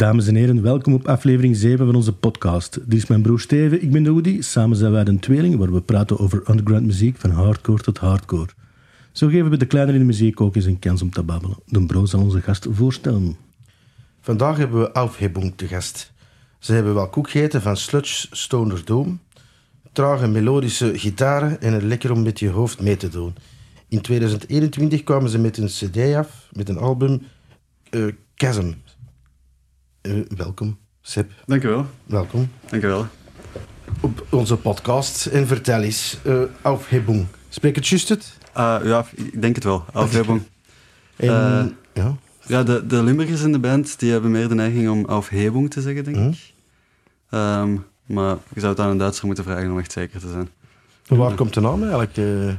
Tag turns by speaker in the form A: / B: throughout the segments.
A: Dames en heren, welkom op aflevering 7 van onze podcast. Dit is mijn broer Steven, ik ben de Woody. Samen zijn wij een tweeling waar we praten over underground muziek van hardcore tot hardcore. Zo geven we de kleinere in de muziek ook eens een kans om te babbelen. De bro zal onze gast voorstellen.
B: Vandaag hebben we Aufhebung te gast. Ze hebben wel koek gegeten van sludge, stoner doom, trage melodische gitaren en het lekker om met je hoofd mee te doen. In 2021 kwamen ze met een cd af, met een album Chasm. Welkom, Seb.
C: Dankjewel.
B: Welkom.
C: Dankjewel.
B: Op onze podcast. En vertel eens, Aufhebung. Spreek het juist het?
C: Ja, ik denk het wel. Aufhebung.
B: Ja.
C: Ja, de Limburgers in de band die hebben meer de neiging om Aufhebung te zeggen, denk ik. Maar je zou het aan een Duitser moeten vragen om echt zeker te zijn.
B: Waar komt de naam eigenlijk?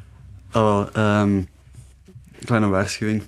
C: Kleine waarschuwing.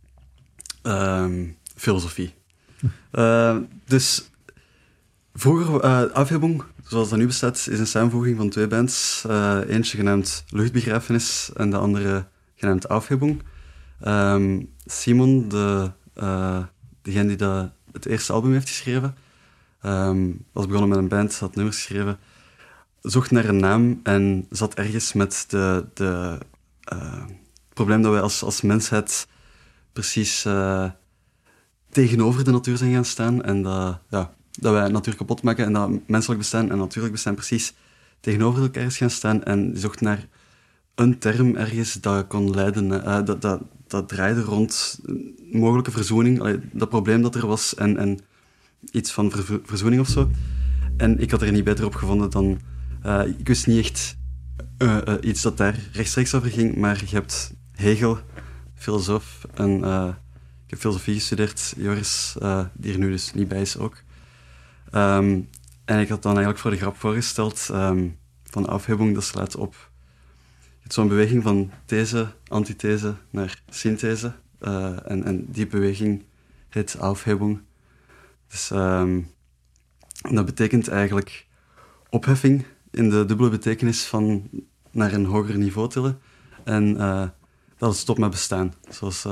C: Filosofie. Dus vroeger, Aufhebung, zoals dat nu bestaat, is een samenvoeging van twee bands. Eentje genaamd Luchtbegrafenis en de andere genaamd Aufhebung. Simon, degene die het eerste album heeft geschreven, was begonnen met een band, had nummers geschreven, zocht naar een naam en zat ergens met het probleem dat wij als mensheid precies tegenover de natuur zijn gaan staan en dat wij natuur kapot maken en dat menselijk bestaan en natuurlijk bestaan precies tegenover elkaar is gaan staan en zocht naar een term ergens dat kon leiden, dat draaide rond mogelijke verzoening, dat probleem dat er was en iets van verzoening of zo. En ik had er niet beter op gevonden dan... ik wist niet echt iets dat daar rechtstreeks over ging, maar je hebt Hegel, filosoof, en ik heb filosofie gestudeerd, Joris, die er nu dus niet bij is ook. En ik had dan eigenlijk voor de grap voorgesteld van Aufhebung, dat slaat op zo'n beweging van these, antithese naar synthese. En die beweging heet Aufhebung. Dus dat betekent eigenlijk opheffing in de dubbele betekenis van naar een hoger niveau tillen. En dat het stopt met bestaan. Zoals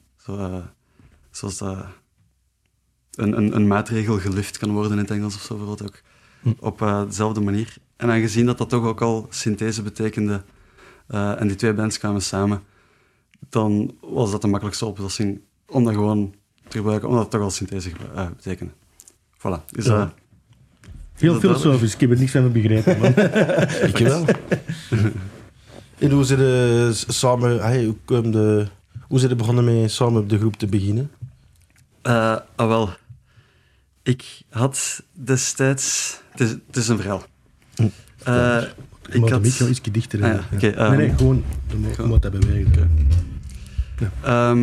C: dat een maatregel gelift kan worden in het Engels of zo bijvoorbeeld ook. Op dezelfde manier. En aangezien dat toch ook al synthese betekende en die twee bands kwamen samen, dan was dat de makkelijkste oplossing om dat gewoon te gebruiken, omdat het toch al synthese betekende. Voilà. Dus,
A: heel filosofisch, ik heb er niks van begrepen. Man.
B: Ik wel. En hoe zijn ze samen... hoe zijn ze begonnen met samen op de groep te beginnen?
C: Wel. Ik had destijds... Het is een verhaal.
A: Ik had de micro iets dichter. Nee, gewoon om wat te bewegen.
C: Okay. Ja.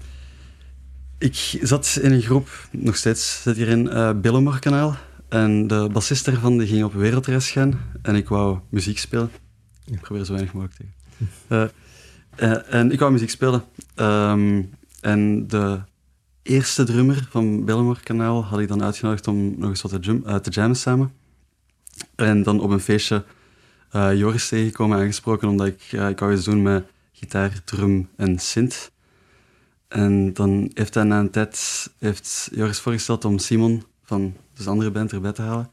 C: Ik zat in een groep, nog steeds zit hierin, Billemorkanaal. En de bassist daarvan die ging op wereldreis gaan. En ik wou muziek spelen. Ik probeer zo weinig mogelijk te en ik wou muziek spelen. En de eerste drummer van Billemorkanaal had ik dan uitgenodigd om nog eens wat te jammen samen. En dan op een feestje Joris tegengekomen, aangesproken, omdat ik wou iets doen met gitaar, drum en synth. En dan heeft hij na een tijd Joris voorgesteld om Simon van de andere band erbij te halen.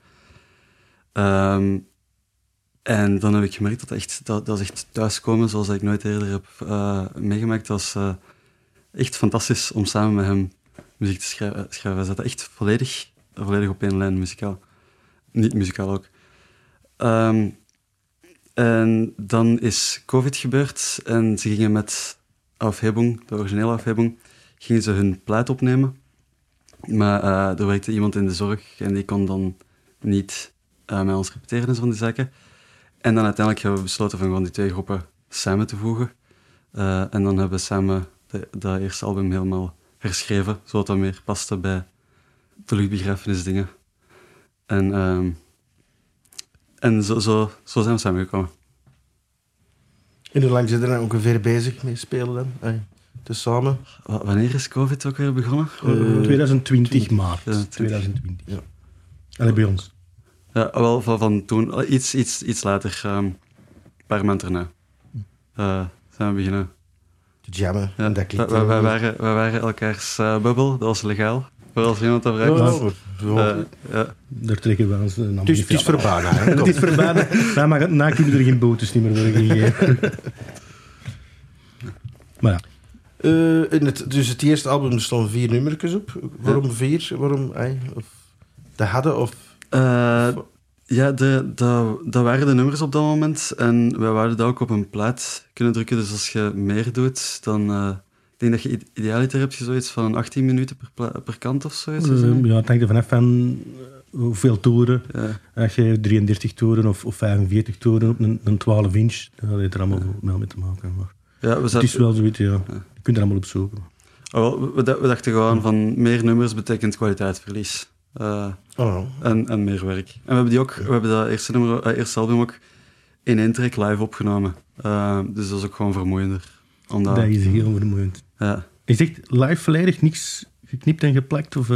C: En dan heb ik gemerkt dat is echt thuiskomen zoals ik nooit eerder heb meegemaakt. Dat was echt fantastisch om samen met hem muziek te schrijven. We zaten echt volledig op één lijn, muzikaal. Niet muzikaal ook. En dan is COVID gebeurd en ze gingen met Aufhebung, de originele Aufhebung, gingen ze hun plaat opnemen. Maar er werkte iemand in de zorg en die kon dan niet met ons repeteren en zo van die zaken. En dan uiteindelijk hebben we besloten van gewoon die twee groepen samen te voegen. En dan hebben we samen dat eerste album helemaal herschreven, zodat dat meer paste bij de luchtbegrafenisdingen. En zo zijn we samengekomen.
B: En hoe lang zijn er dan ongeveer bezig mee spelen dan? Dus samen?
C: Wanneer is COVID ook weer begonnen?
A: 2020 maart. 2020. Ja. Allee, bij ons.
C: Ja, wel van toen. Iets later. Een paar maanden erna. Zijn we beginnen.
B: Te jammen.
C: Ja,
B: dat klinkt
C: we waren elkaars bubbel. Dat was legaal. voor als iemand dat vraagt.
B: Ja.
A: Daar trekken we ons een
B: Het is verbanen. Hè?
A: Het is verbanen. Na kunnen er geen boetes niet meer worden gegeven. Maar ja.
B: Dus het eerste album, er stonden 4 nummertjes op. Waarom 4? Waarom? Of de hadden? Of...
C: Ja, dat waren de nummers op dat moment. En wij wouden dat ook op een plaat kunnen drukken. Dus als je meer doet, dan... ik denk dat je idealiter hebt je zoiets van 18 minuten per kant of zoiets.
A: Ja, het hangt er vanaf van hoeveel toeren.
C: Ja.
A: Als je 33 toeren of 45 toeren op een 12 inch, dat heeft er allemaal wel mee te maken. Maar
C: Ja,
A: het is wel zoiets, ja. Je kunt er allemaal op zoeken.
C: We dachten gewoon van meer nummers betekent kwaliteitsverlies. En meer werk. En we hebben dat eerste album ook in 1 track live opgenomen. Dus dat is ook gewoon vermoeiender.
A: Dat is heel vermoeiend.
C: Ja.
A: Je zegt live volledig niks geknipt en geplakt? Of,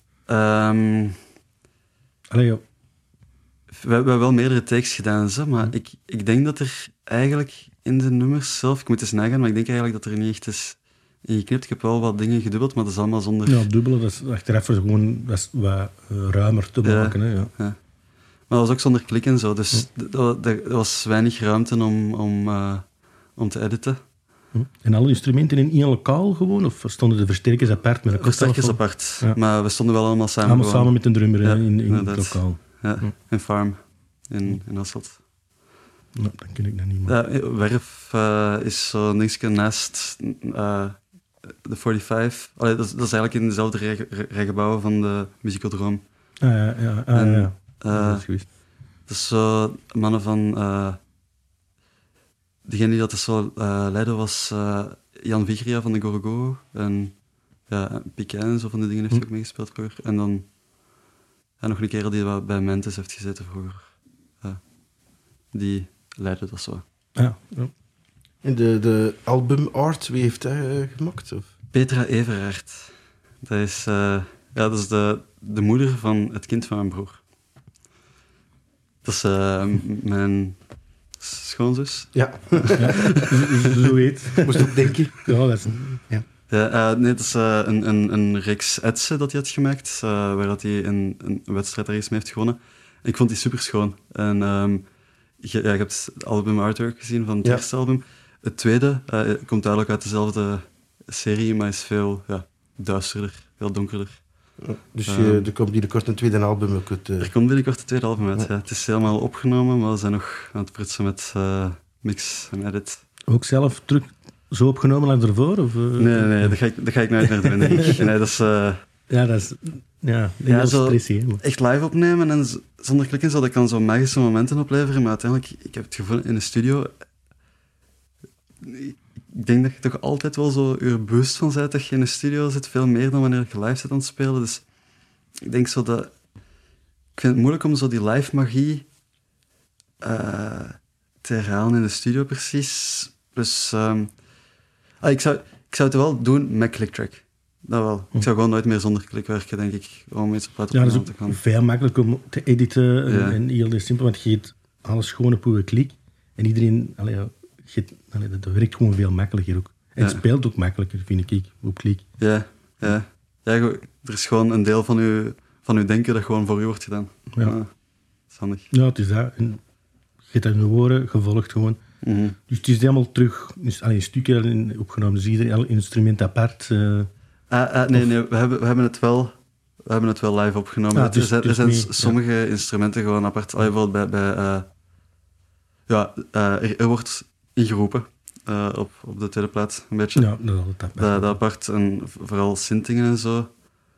A: Allee, ja.
C: We hebben wel meerdere takes gedaan, maar ik denk dat er eigenlijk in de nummers zelf... Ik moet eens nagaan, maar ik denk eigenlijk dat er niet echt is ingeknipt. Ik heb wel wat dingen gedubbeld, maar dat is allemaal zonder...
A: Ja, dubbelen, dat is achteraf gewoon dat is wat ruimer te maken. Hè, ja.
C: Maar dat was ook zonder klik en zo, dus er was weinig ruimte om te editen.
A: En alle instrumenten in één lokaal gewoon? Of stonden de versterkers apart met een
C: versterkers apart, maar we stonden wel allemaal samen.
A: Allemaal samen met een drummer in het lokaal.
C: Ja, in Farm, in Hasselt.
A: Nou, dan ken ik dat niet meer.
C: Ja, Werf is zo'n dingetje naast de 45. Allee, dat is eigenlijk in dezelfde rijgebouwen van de Musicodroom.
A: Ja. Dat is goed.
C: Dat is zo mannen van... degene die dat zo leidde was Jan Vigria van de Gorgo. En Piquet en zo van die dingen heeft hij ook meegespeeld vroeger. En dan nog een kerel die bij Mentes heeft gezeten vroeger. Die leidde dat zo.
A: Ja.
B: En de albumart, wie heeft dat gemaakt? Of?
C: Petra Everaert. Dat is, dat is de moeder van het kind van mijn broer. Dat is mijn schoonzus.
B: Ja.
A: Zo heet.
B: Moest ook denken.
A: Ja, dat is... Ja.
C: Nee, dat is een reeks etsen dat hij had gemaakt, waar dat hij een wedstrijd ergens mee heeft gewonnen. En ik vond die super schoon. En je hebt het album artwork gezien van het eerste album. Het tweede komt duidelijk uit dezelfde serie, maar is veel duisterder, veel donkerder.
B: Dus er komt binnenkort een tweede album ook uit.
C: Er komt binnenkort een tweede album uit, ja. Het is helemaal opgenomen, maar we zijn nog aan het prutsen met mix en edit.
A: Ook zelf terug zo opgenomen als ervoor? Of,
C: Nee, dat ga ik nooit meer doen, denk ik. Nee, dat is...
A: Ja, dat is... Ja, zo stressy,
C: echt live opnemen en zonder klikken dat kan zo magische momenten opleveren, maar uiteindelijk, ik heb het gevoel in de studio... Ik denk dat je toch altijd wel zo er bewust van bent dat je in de studio zit, veel meer dan wanneer je live zit aan het spelen. Dus ik denk zo dat... Ik vind het moeilijk om zo die live magie te herhalen in de studio precies. Dus ik zou het wel doen met clicktrack. Dat wel. Ik zou gewoon nooit meer zonder klik werken, denk ik, om iets op
A: dat is ook te gaan. Veel makkelijker om te editen en heel simpel, want je hebt alles gewoon op uw klik en iedereen... dat werkt gewoon veel makkelijker ook. En het speelt ook makkelijker, vind ik, op klik.
C: Ja, er is gewoon een deel van uw denken dat gewoon voor u wordt gedaan.
A: Ja.
C: Dat is handig.
A: Ja, het is dat. En je hebt dat in de woorden gevolgd gewoon.
C: Mm-hmm.
A: Dus het is helemaal terug... een stukje opgenomen, dus ieder instrument apart.
C: Nee, we hebben het wel live opgenomen. Er zijn sommige instrumenten gewoon apart. Bijvoorbeeld er wordt ingeroepen op de tweede plaat, een beetje.
A: Ja, dat
C: apart. En vooral syntingen en zo.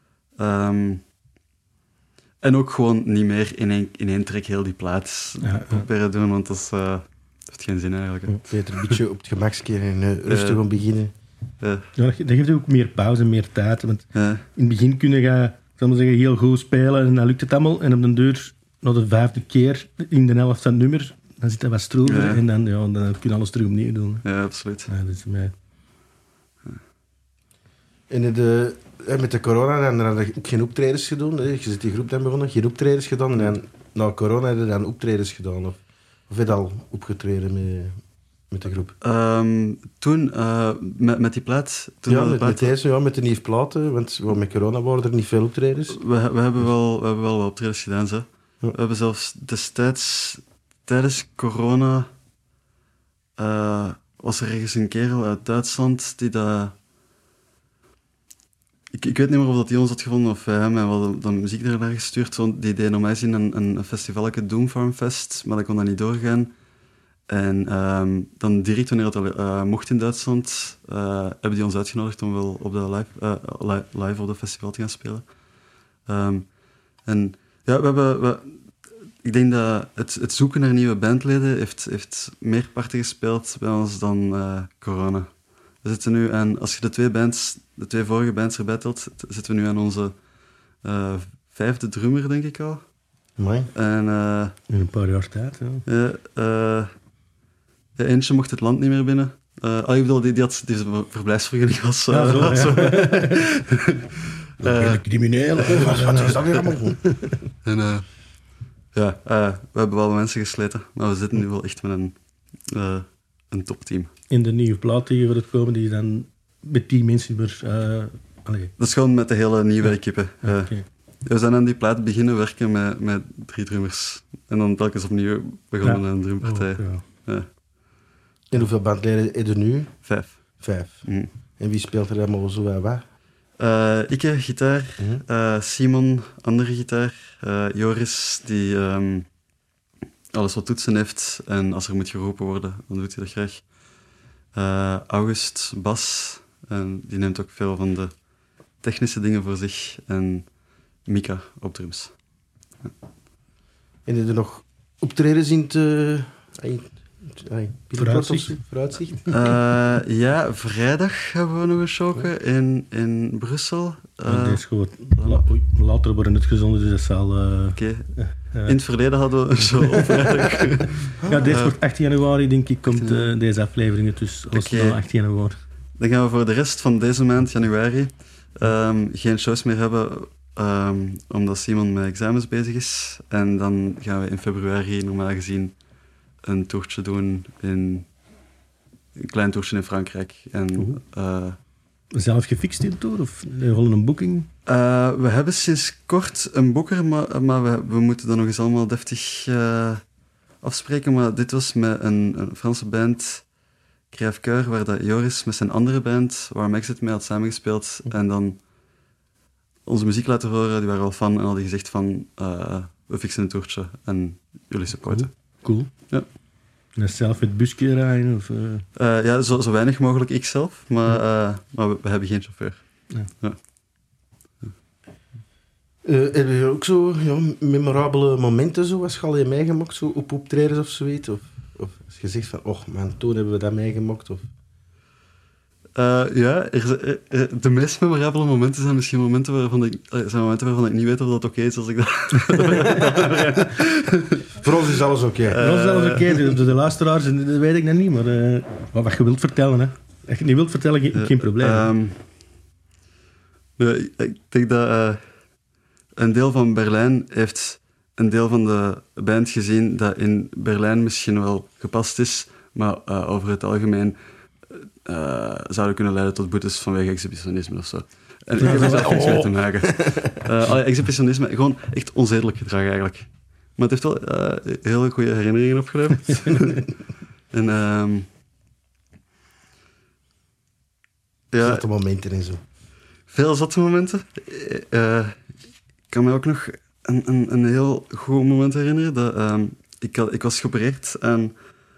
C: En ook gewoon niet meer in één trek heel die plaat proberen doen, want dat heeft geen zin eigenlijk.
B: Beter een beetje op het gemakskeer en rustig om beginnen.
A: Dat geeft ook meer pauze, meer tijd. Want in het begin kun je, zal maar zeggen, heel goed spelen en dan lukt het allemaal. En op de deur, na de 5e keer in de helft van het nummer, dan zit dat wat stroever en dan kun je alles terug opnieuw doen.
C: Ja, absoluut.
A: Ja, dat is mij.
B: En met de corona dan heb je geen optredens gedaan. Je zit die groep dan begonnen, geen optredens gedaan. En dan, na corona heb je dan optredens gedaan. Of heb je al opgetreden met... met de groep?
C: Toen, met die plaat... Toen
B: Ja,
C: we de
B: met
C: plaat-
B: deze, met de nieuwe platen, want met corona waren er niet veel optredens.
C: We hebben wel wat optredens gedaan, ze.
B: Ja.
C: We hebben zelfs destijds, tijdens corona, was er ergens een kerel uit Duitsland die dat... Ik weet niet meer of dat die ons had gevonden of wij hem, en we hadden dan muziek naar gestuurd. Die deed normaal gezien een festivaletje Doomfarmfest, maar dat kon dan niet doorgaan. En dan direct wanneer het al mocht in Duitsland, hebben die ons uitgenodigd om wel op de live op dat festival te gaan spelen. En ja, ik denk dat het zoeken naar nieuwe bandleden heeft meer parten gespeeld bij ons dan corona. We zitten nu aan, als je de twee vorige bands erbij telt, zitten we nu aan onze 5e drummer, denk ik al.
B: Amai.
C: En
A: In een paar jaar tijd, ja.
C: eentje mocht het land niet meer binnen. Ik bedoel, die verblijfsvergunning was...
A: Ja, zo,
C: was-
A: Een crimineel.
B: Wat is dat weer allemaal?
C: En we hebben wel mensen gesleten, maar we zitten nu wel echt met een topteam.
A: In de nieuwe plaat die voor het komen, die dan met 10 mensen weer...
C: Dat is gewoon met de hele nieuwe equipe.
A: Oké.
C: We zijn aan die plaat beginnen werken met 3 drummers. En dan telkens opnieuw begonnen
A: Ja.
C: aan een drumpartij.
A: Ja.
B: En hoeveel bandleden heb je nu?
C: 5.
B: 5.
C: Mm.
B: En wie speelt er allemaal zo en wat?
C: Ik gitaar, Simon, andere gitaar, Joris, die alles wat toetsen heeft en als er moet geroepen worden, dan doet hij dat graag. August, bas, en die neemt ook veel van de technische dingen voor zich. En Mika op drums.
B: En heb je nog optredens in het...
A: Vooruitzicht.
B: Vooruitzicht?
C: Ja, vrijdag hebben we nog een show in Brussel.
A: Deze is gewoon later worden uitgezonden, dus dat zal...
C: Oké. In het verleden hadden we een show op vrijdag.
A: Ja, deze wordt 18 januari, denk ik, komt deze aflevering. Dus als
C: Oké.
A: het nou 18 januari.
C: Dan gaan we voor de rest van deze maand, januari, geen shows meer hebben, omdat Simon met examens bezig is. En dan gaan we in februari normaal gezien een toertje doen een klein toertje in Frankrijk. En,
A: Zelf gefixt in tour of gewoon een boeking?
C: we hebben sinds kort een boeker, maar we moeten dat nog eens allemaal deftig afspreken. Maar dit was met een Franse band, Crèvecoeur, waar dat Joris met zijn andere band, Warm Exit, mee had samengespeeld. En dan onze muziek laten horen, die waren wel fan en hadden gezegd van, we fixen een toertje en jullie supporten.
A: Cool.
C: Ja.
A: En zelf met busje rijden? Of,
C: Ja, zo weinig mogelijk ikzelf, maar we hebben geen chauffeur.
A: Ja.
B: Heb je ook zo memorabele momenten zoals je al hebt meegemaakt, zo op optredens of zoiets? Of als je zegt van, oh man, toen hebben we dat meegemaakt? Of...
C: Ja, de meest memorabele momenten zijn misschien momenten waarvan ik niet weet of dat oké is als ik dat...
B: Voor ons is alles oké.
A: dat is zelfs oké, de luisteraars, dat weet ik nog niet, maar wat je wilt vertellen, hè. Als je het niet wilt vertellen, geen probleem.
C: Ik denk dat een deel van Berlijn heeft een deel van de band gezien dat in Berlijn misschien wel gepast is, maar over het algemeen zouden kunnen leiden tot boetes vanwege exhibitionisme of zo. En ik heb er zelf niks mee te maken. Exhibitionisme, gewoon echt onzedelijk gedrag eigenlijk. Maar het heeft wel hele goede herinneringen opgeleverd. En ja,
B: Zatte momenten en zo.
C: veel zatte momenten. Ik kan me ook nog een heel goed moment herinneren. Dat, ik was geopereerd aan...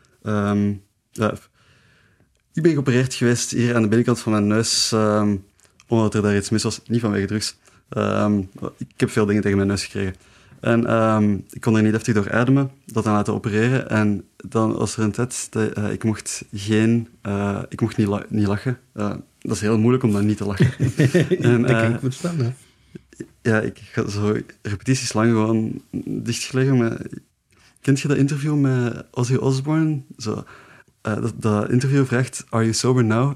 C: ik ben geopereerd geweest hier aan de binnenkant van mijn neus, omdat er daar iets mis was. Niet vanwege drugs. Ik heb veel dingen tegen mijn neus gekregen. En ik kon er niet deftig door ademen, dat dan laten opereren. En dan was er een tijd dat ik mocht niet lachen. Dat is heel moeilijk om dan niet te lachen. En,
A: dat kan ik verstaan, hè.
C: Ja, ik ga zo repetities lang gewoon dichtgelegen. Maar kent je dat interview met Ozzy Osbourne? Zo, dat interview vraagt, are you sober now?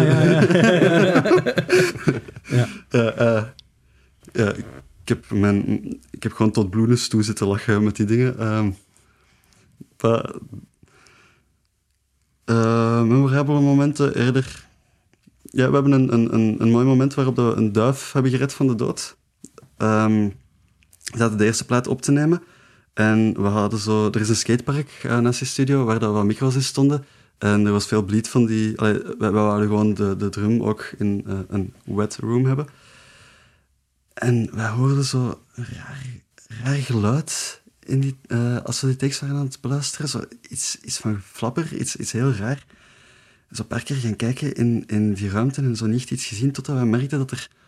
C: Ja, ik heb gewoon tot bloedens toe zitten lachen met die dingen. Memorabele momenten eerder... Ja, we hebben een mooi moment waarop we een duif hebben gered van de dood. We zaten de eerste plaat op te nemen. En we hadden zo... Er is een skatepark naast die studio waar wat micro's in stonden. En er was veel bleed van die... We wouden gewoon de drum ook in een wet room hebben. En wij hoorden zo een raar geluid in die, als we die tekst waren aan het beluisteren. Zo iets van flapper, iets heel raar. Zo een paar keer gaan kijken in die ruimte en zo niet iets gezien, totdat we merkten dat er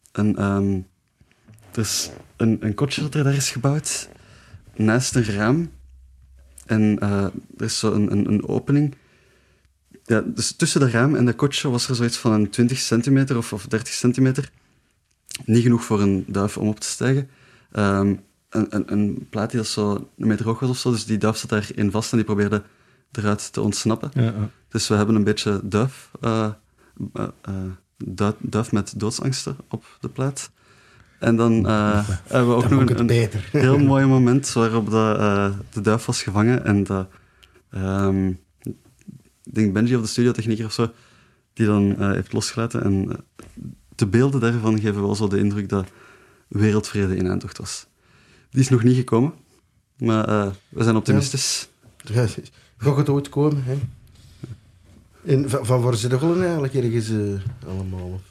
C: een kotje dat er daar is gebouwd naast een raam. En er is zo een opening. Ja, dus tussen dat raam en dat kotje was er zoiets van een 20 centimeter of 30 centimeter. Niet genoeg voor een duif om op te stijgen. Een plaat die dat zo een meter hoog was of zo, dus die duif zat daarin vast en die probeerde eruit te ontsnappen. Ja. Dus we hebben een beetje duif met doodsangsten op de plaat. En dan hebben we ook nog een heel mooi moment waarop de duif was gevangen en ik denk Benji of de studiotechnieker of zo, die dan heeft losgelaten. En de beelden daarvan geven wel zo de indruk dat wereldvrede in aantocht was. Die is nog niet gekomen, maar we zijn optimistisch.
B: Ja, gaat het ooit komen, hè? En van waar zit de gollen eigenlijk ergens allemaal?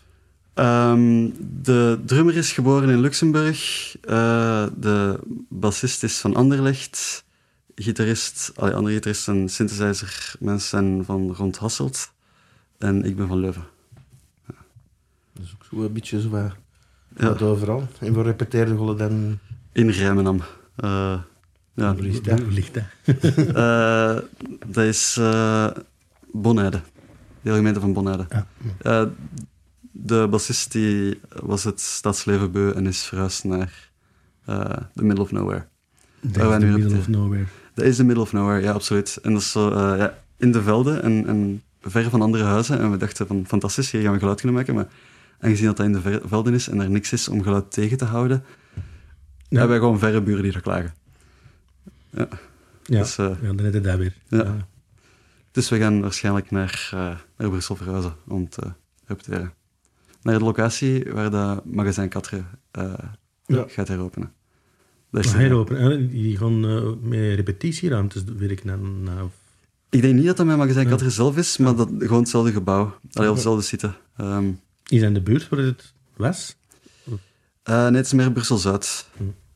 C: De drummer is geboren in Luxemburg. De bassist is van Anderlecht. Andere gitarist en synthesizer mensen zijn van rond Hasselt. En ik ben van Leuven. Ja.
B: Dat is ook zo een beetje zo wat overal. En waar repeteerde gollen dan?
C: In Rijmenam.
B: Ja.
A: Hoe ligt dat?
C: Dat is Bonheide. De gemeente van Bonheide. Ja. De bassist die was het stadsleven beu en is verhuisd naar the middle of nowhere.
A: Dat is the middle of nowhere.
C: Dat is the middle of nowhere, ja, absoluut. En dat is zo in de velden en ver van andere huizen. En we dachten van, fantastisch, hier gaan we geluid kunnen maken. Maar aangezien dat in de velden is en er niks is om geluid tegen te houden, hebben wij gewoon verre buren die er klagen. Ja,
A: dus, dan heb je dat weer.
C: Ja. Dus we gaan waarschijnlijk naar Brussel verhuizen om te repeteren. Naar de locatie waar dat magazijn Quatre gaat heropenen.
A: Die gaan met repetitieruimtes werken?
C: Ik denk niet dat dat met magazijn Quatre zelf is, maar dat gewoon hetzelfde gebouw. Op dezelfde site.
A: Is in de buurt waar het was?
C: Nee, het is meer Brussel-Zuid.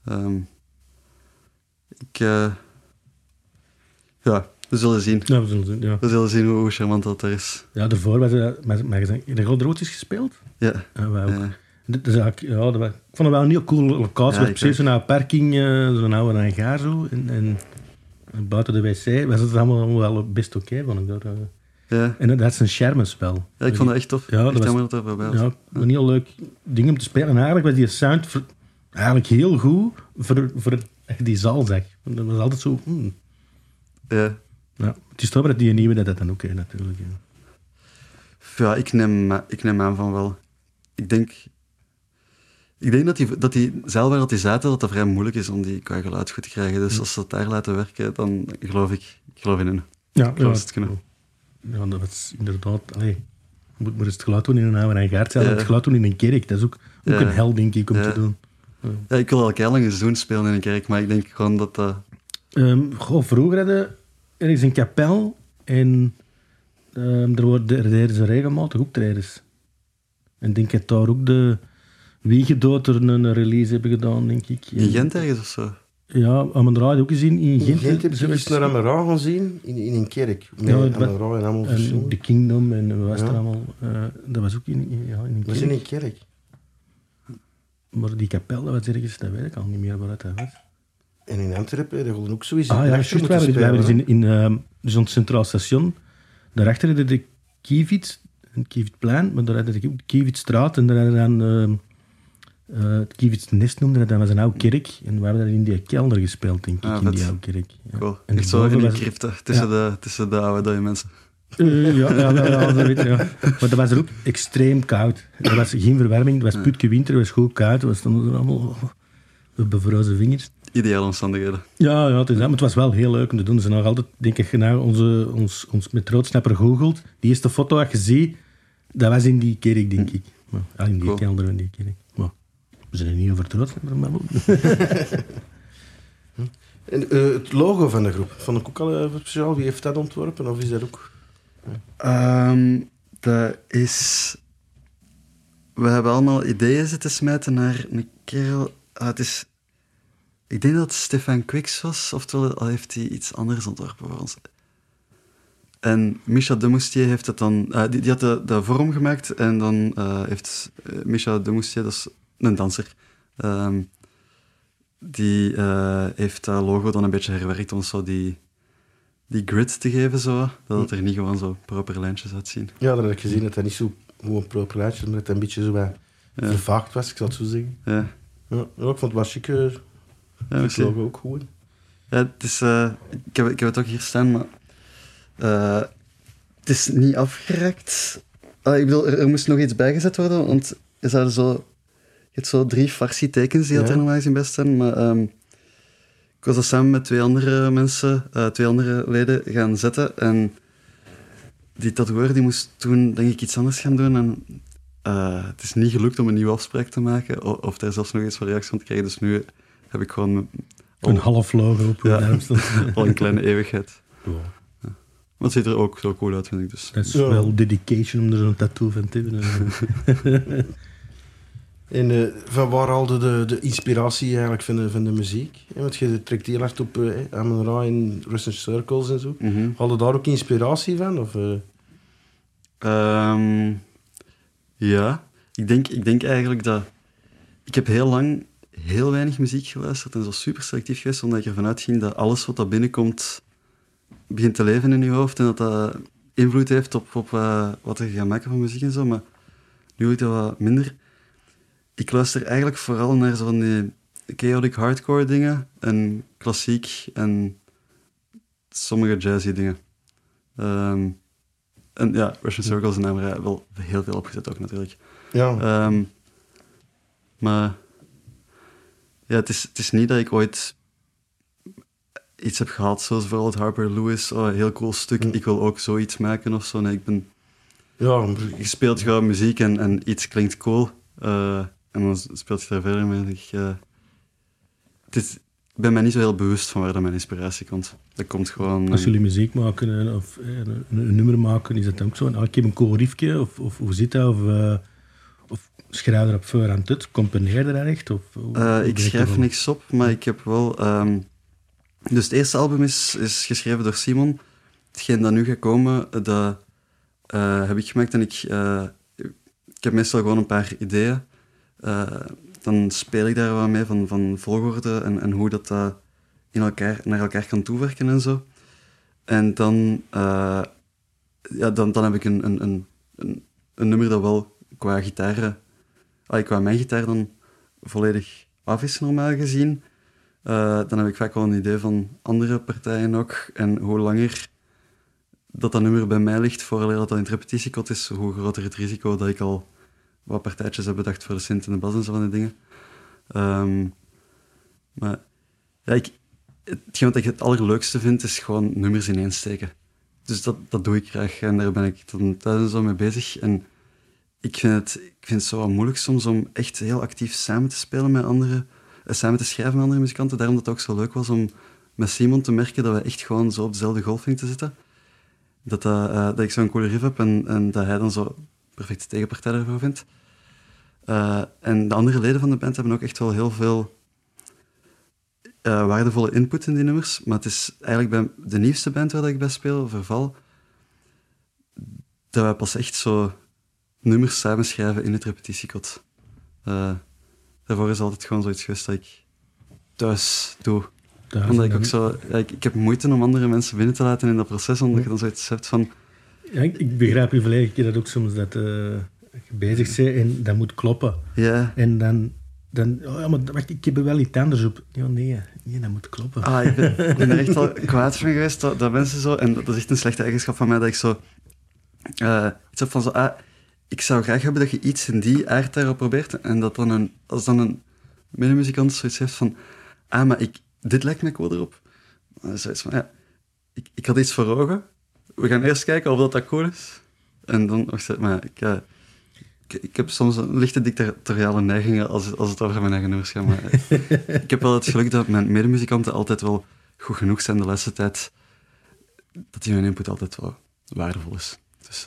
C: We zullen zien.
A: Ja, we zullen zien, ja.
C: We zullen zien hoe charmant dat er is.
A: Ja, daarvoor was het magazijn. De Grote Roodjes gespeeld?
C: Ja.
A: Wij ook. Dus ik vond het wel een heel cool locatie. Ja, precies zo'n parking, zo'n oude hangar zo. En buiten de wc was het allemaal wel best oké, vond ik dat.
C: Ja.
A: En dat is een charmespel.
C: Ja, ik vond dat echt tof.
A: Ja,
C: echt jammer dat er voorbij was.
A: Ja, een heel leuk ding om te spelen. En eigenlijk was die sound eigenlijk heel goed voor die zaal, zeg. Dat was altijd zo...
C: Ja.
A: Ja, het is toch dat die nieuwe dat dan ook heeft, natuurlijk.
C: Ja, ik neem aan van wel. Ik denk dat die zaal waar die zaten, dat vrij moeilijk is om die qua geluid goed te krijgen. Dus als ze het daar laten werken, dan geloof ik in hen.
A: Ja,
C: ik geloof het kunnen.
A: Ja, dat was inderdaad... je moet maar eens het geluid doen in een oude hangaard. Het geluid doen in een kerk, dat is ook een hel, denk ik, om te doen.
C: Ja, ik wil al heel lang een seizoen spelen in een kerk, maar ik denk gewoon dat...
A: Vroeger hadden er is een kapel en er deden ze regelmatig optredens. En ik denk dat daar ook de Wiegedood er een release hebben gedaan, denk ik.
C: In Gent ergens of zo?
A: Ja, Amon-Ra ook gezien in Gent.
B: In Gent heb je eens naar Amon-Ra gaan zien, in een kerk. Met Amon-Ra en allemaal
A: en The Kingdom en wat was er allemaal. Dat was ook in een kerk.
B: Dat was in een kerk.
A: Maar die kapel, dat was ergens, dat weet ik al niet meer waar dat was.
B: En in Antwerpen, daar gaan ook sowieso...
A: Ja, juist. We hebben dus in ons Centraal Station, daarachter hadden de Kiewietplein, maar daar hadden de Kiewietstraat en daar hadden dan het Kiewietsnest noemde, dat was een oude kerk. En we hebben daar in die kelder gespeeld, denk ik, in die oude kerk.
C: Ja. Cool. Echt zo in die crypte, tussen de oude dode mensen.
A: Dat weet je, ja. Maar dat was er ook extreem koud. Er was geen verwarming, het was putke winter, het was goed koud, het was dan allemaal bevrozen vingers.
C: ideale omstandigheden.
A: Ja, het is dat, maar het was wel heel leuk om te doen. Ze nog altijd, denk ik, naar ons metrootsnapper googelt. Die eerste foto dat je ziet, dat was in die kerk, denk ik. Maar, in die
C: Cool.
A: kelder in die kerk. Maar, we zijn er niet over trootsnapper, maar wel.
B: En, het logo van de groep, vond ik ook al speciaal. Wie heeft dat ontworpen? Of is dat ook...
C: Dat is... We hebben allemaal ideeën zitten smijten naar een kerel... het is... Ik denk dat het Stefan Quix was, oftewel al heeft hij iets anders ontworpen voor ons. En Micha Demoustier heeft het dan... die had de vorm gemaakt en dan heeft Micha Demoustier, dat is een danser, die heeft dat logo dan een beetje herwerkt om ons zo die grid te geven, zo, dat het er niet gewoon zo proper lijntjes uitzien.
B: Ja, dat heb ik gezien, dat dat niet zo gewoon proper lijntjes, maar dat het een beetje zo vervaagd was, ik zal het zo zeggen.
C: Ja.
B: Ja, ik vond het wel chic. Het logo ook goed.
C: Ja, het is... ik heb het ook hier staan, maar... het is niet afgerekt. Ik bedoel, er moest nog iets bijgezet worden, want je hebt zo 3 farsi-tekens die er normaal gezien bij staan, maar ik was dat samen met 2 andere mensen, 2 andere leden gaan zetten en die tatoeëur die moest toen, denk ik, iets anders gaan doen en het is niet gelukt om een nieuwe afspraak te maken of daar zelfs nog eens van reactie van te krijgen, dus nu heb ik gewoon...
A: Een half logo op de armstand.
C: Al een kleine eeuwigheid.
A: Ja.
C: Maar het ziet er ook zo cool uit, vind ik. Dus.
A: Dat is wel dedication om er zo'n tattoo van te hebben.
B: En van waar haalde de inspiratie eigenlijk van de muziek? Want je trekt heel hard op Amon-Ra en Russian Circles en zo. Haalde daar ook inspiratie van? Of,
C: ja, ik denk eigenlijk dat... Ik heb heel lang heel weinig muziek geluisterd en zo super selectief geweest, omdat ik ervan uitging dat alles wat binnenkomt begint te leven in je hoofd en dat invloed heeft op wat je gaat maken van muziek en zo. Maar nu wil ik dat wat minder. Ik luister eigenlijk vooral naar zo van die chaotic hardcore dingen en klassiek en sommige jazzy dingen. En ja, Russian Circles en daar wel heel veel opgezet ook natuurlijk.
B: ja.
C: Maar ja, het is niet dat ik ooit iets heb gehad, zoals vooral het Harper Lewis, heel cool stuk, ik wil ook zoiets maken of zo. Nee, je speelt gewoon muziek en iets klinkt cool. En dan speelt je daar verder mee. Ik ben mij niet zo heel bewust van waar dat mijn inspiratie komt. Dat komt gewoon...
A: Als jullie muziek maken of een nummer maken, is dat ook zo? Ik heb een cool riffje, of hoe zit dat? Of schrijf er op voorhand uit? Componeer je dat echt?
C: Ik schrijf niks op, maar ik heb wel... Dus het eerste album is geschreven door Simon. Hetgeen dat nu gaat komen, dat heb ik gemaakt en ik heb meestal gewoon een paar ideeën. Dan speel ik daar wat mee van volgorde en hoe dat naar elkaar kan toewerken en zo. En dan heb ik een nummer dat wel qua gitaar... qua mijn gitaar dan volledig af is, normaal gezien. Dan heb ik vaak wel een idee van andere partijen ook. En hoe langer dat nummer bij mij ligt, vooraleer dat in het repetitiekot is, hoe groter het risico dat ik al wat partijtjes heb bedacht voor de synth en de bas en zo van die dingen. Maar ja, hetgeen wat ik het allerleukste vind, is gewoon nummers ineensteken. Dus dat doe ik graag en daar ben ik dan thuis zo mee bezig. En ik vind het zo wat moeilijk soms om echt heel actief samen te spelen met anderen, samen te schrijven met andere muzikanten. Daarom dat het ook zo leuk was om met Simon te merken dat we echt gewoon zo op dezelfde golflengte te zitten. Dat ik zo'n coole riff heb en dat hij dan zo perfecte tegenpartij ervoor vindt. En de andere leden van de band hebben ook echt wel heel veel waardevolle input in die nummers. Maar het is eigenlijk bij de nieuwste band waar ik bij speel, Verval, dat wij pas echt zo nummers samen schrijven in het repetitiekot. Daarvoor is altijd gewoon zoiets geweest dat ik thuis doe. Omdat ik ook zo... ik heb moeite om andere mensen binnen te laten in dat proces, omdat je dan zoiets hebt van...
A: Ja, ik begrijp je volledig. Ik dat ook soms dat je bezig bent en dat moet kloppen.
C: Ja.
A: En dan maar wacht, ik heb er wel iets anders op. Ja, nee, dat moet kloppen.
C: Ik ben er echt al kwaad van geweest dat mensen zo... En dat is echt een slechte eigenschap van mij, dat ik zo... iets heb van zo... ik zou graag hebben dat je iets in die aard daarop probeert en dat dan als dan een medemuzikant zoiets heeft van... maar dit lijkt me cool erop. Zoiets van, ik had iets voor ogen. We gaan eerst kijken of dat cool is. En dan, maar ik heb soms een lichte dictatoriale neigingen als het over mijn eigen nummers gaat. Maar ik heb wel het geluk dat mijn medemuzikanten altijd wel goed genoeg zijn de laatste tijd. Dat die hun input altijd wel waardevol is. Dus,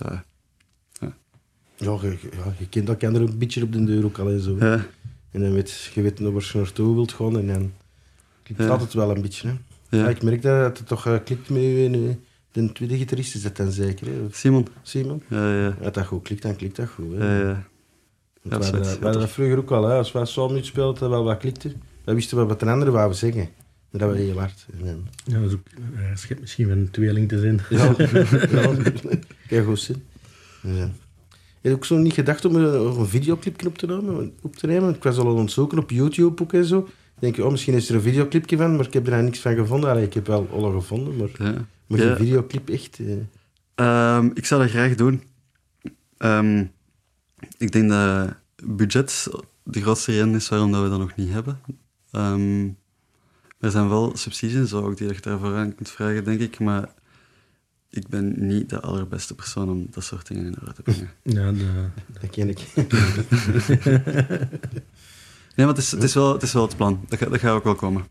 B: je kent dat er een beetje op de deur ook al en zo.
C: ja.
B: En dan je weet nog waar je naartoe wilt gaan. En dan klikt het altijd wel een beetje. Hè.
C: Ja.
B: Ja, ik merk dat het toch klikt met u. De tweede gitarist is dat dan zeker. Hè? Simon?
C: Ja.
B: Als dat goed klikt, dan klikt dat goed. Hè?
C: Ja.
B: We hadden dat vroeger ook al. Hè? Als wij samen iets speelden, dat wel wat klikte. Dan wisten we wat de anderen wouden zeggen. Dat was heel hard.
A: Ja, dat is ook schip misschien van een tweeling te zijn.
B: Ja, kijk goed zin. Ja. Ik heb ook zo niet gedacht om een videoclipje op te nemen. Ik was al aan het zoeken op YouTube ook en zo. Ik denk, misschien is er een videoclipje van, maar ik heb er niks van gevonden. Allee, ik heb wel alle gevonden, maar een videoclip echt...
C: Ik zou dat graag doen. Ik denk dat budget de grootste reden is waarom dat we dat nog niet hebben. Er zijn wel subsidies ook die je daarvoor aan kunt vragen, denk ik, maar ik ben niet de allerbeste persoon om dat soort dingen in orde te brengen.
B: Ja, dat ken ik.
C: Nee, maar het is wel het plan. Dat gaat ook wel komen.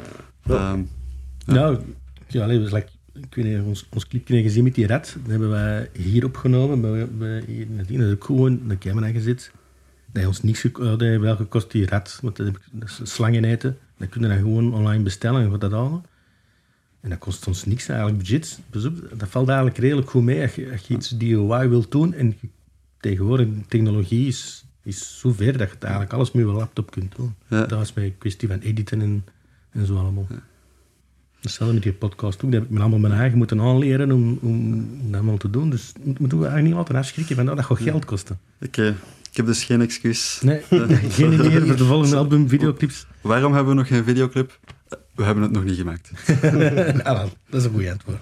A: Ik weet niet, ons clipje gezien met die rat. Dat hebben wij hier opgenomen. Hier nadien. Dat is ook gewoon een camera gezet. Dat heeft ons niks wel gekost, die rat. Want dat is slangen eten. Dat kunnen we dan gewoon online bestellen en wat dat halen. En dat kost ons niks eigenlijk, budget. Dat valt eigenlijk redelijk goed mee als je iets DIY wilt doen. En tegenwoordig, de technologie is zo ver dat je het eigenlijk alles met je laptop kunt doen.
C: Ja.
A: Dat is een kwestie van editen en zo allemaal. Ja. Hetzelfde met die podcast ook. Dat heb ik me allemaal mijn eigen moeten aanleren om dat allemaal te doen. Dus moeten we eigenlijk niet altijd afschrikken van dat gaat geld kosten.
C: Oké. Ik heb dus geen excuus.
A: Nee, geen idee voor de volgende album, videoclips.
C: Waarom hebben we nog geen videoclip? We hebben het nog niet gemaakt.
A: Dat is een goed antwoord.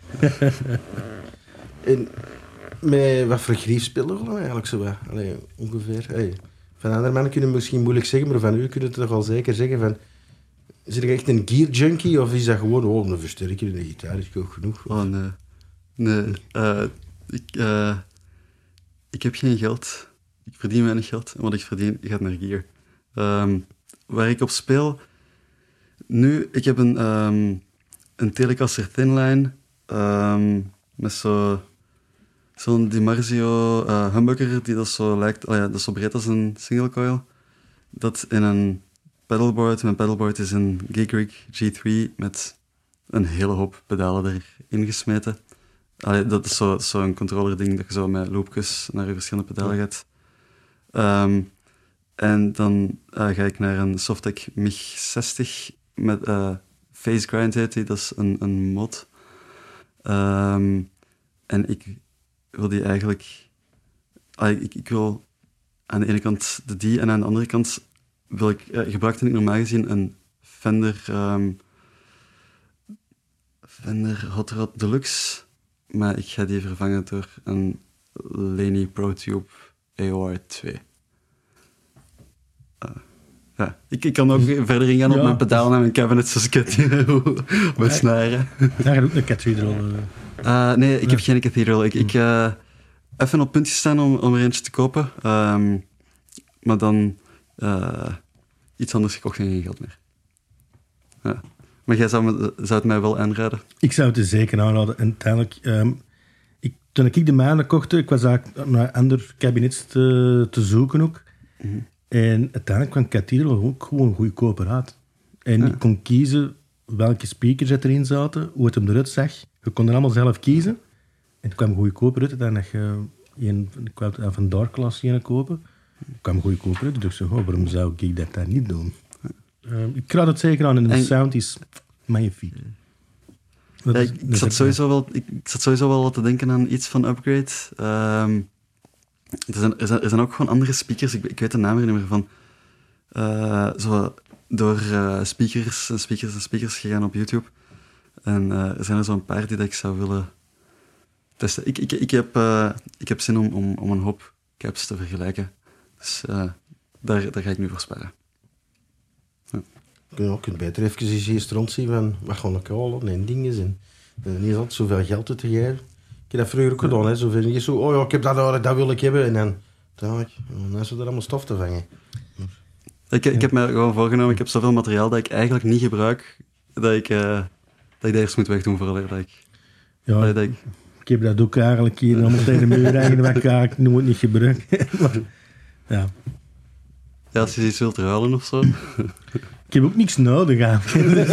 B: En met wat voor grief spelen we dan eigenlijk zo? Allee, ongeveer. Hey. Van andere mannen kunnen het misschien moeilijk zeggen, maar van u kunnen het toch al zeker zeggen van... Is er echt een gear junkie of is dat gewoon een versterker en een gitaar is ook genoeg?
C: Oh, nee. Ik heb geen geld. Ik verdien weinig geld. En wat ik verdien gaat naar gear. Waar ik op speel... Nu, ik heb een Telecaster Thinline met zo'n DiMarzio humbucker die dat zo lijkt... Oh ja, dat is zo breed als een single coil. Dat in een pedalboard... Mijn pedalboard is een Gig-Rig G3 met een hele hoop pedalen erin gesmeten. Allee, dat is zo'n controller ding dat je zo met loopjes naar je verschillende pedalen gaat. En dan ga ik naar een Softec MiG 60 met Phase Grind heet die, dat is een mod. En ik wil die eigenlijk... Ik wil aan de ene kant die en aan de andere kant wil ik... gebruikte ik normaal gezien een Fender Hot Rod Deluxe, maar ik ga die vervangen door een Laney ProTube AOR 2. Ja, ik kan ook verder ingaan op mijn pedalen en mijn cabinets, zoals ik het met snaren.
A: Daar gaat ook een Cathedral.
C: Nee, ik heb geen Cathedral. Ik even op punt gestaan om er eentje te kopen, maar dan iets anders gekocht en geen geld meer. Ja. Maar jij zou het mij wel aanraden? Ik
A: zou het zeker aanraden. En uiteindelijk, toen ik de mijne kocht, ik was eigenlijk naar andere cabinets te zoeken ook. Mm-hmm. En uiteindelijk kwam Cathedral ook gewoon goedkoper uit. En ik kon kiezen welke speakers erin zaten, hoe het hem eruit zag. Je kon er allemaal zelf kiezen. En het kwam goedkoper uit dan dat je ik wou van Dark Class kopen. Het kwam goedkoper uit. Dus ik dacht, waarom zou ik dat dan niet doen? Ik raad het zeker aan en de sound is magnifiek.
C: Ik zat sowieso wel te denken aan iets van upgrade. Er zijn ook gewoon andere speakers, ik weet de naam er niet meer van. Zo door speakers gegaan op YouTube. En er zijn er zo'n paar die dat ik zou willen testen. Ik heb zin om een hoop cabs te vergelijken. Dus daar ga ik nu voor sparen. Ja.
B: Je kunt beter even eens eerst rondzien van wat gaan ik halen en dingen zijn. En niet altijd zoveel geld te geven. Ik heb dat vroeger ook gedaan, hè. Zoveel niet zo, oh ja, ik heb dat nodig, dat wil ik hebben. En dan is er allemaal stof te vangen.
C: Ik heb me gewoon voorgenomen, ik heb zoveel materiaal dat ik eigenlijk niet gebruik, dat ik dat eerst moet wegdoen voordat ik...
A: Ja,
C: dat ik
A: ik heb dat ook eigenlijk hier allemaal tegen de muur hangen, maar ik moet het niet gebruiken. Maar, ja.
C: Ja, als je iets wilt ruilen of zo.
A: Ik heb ook niks nodig aan. Dus,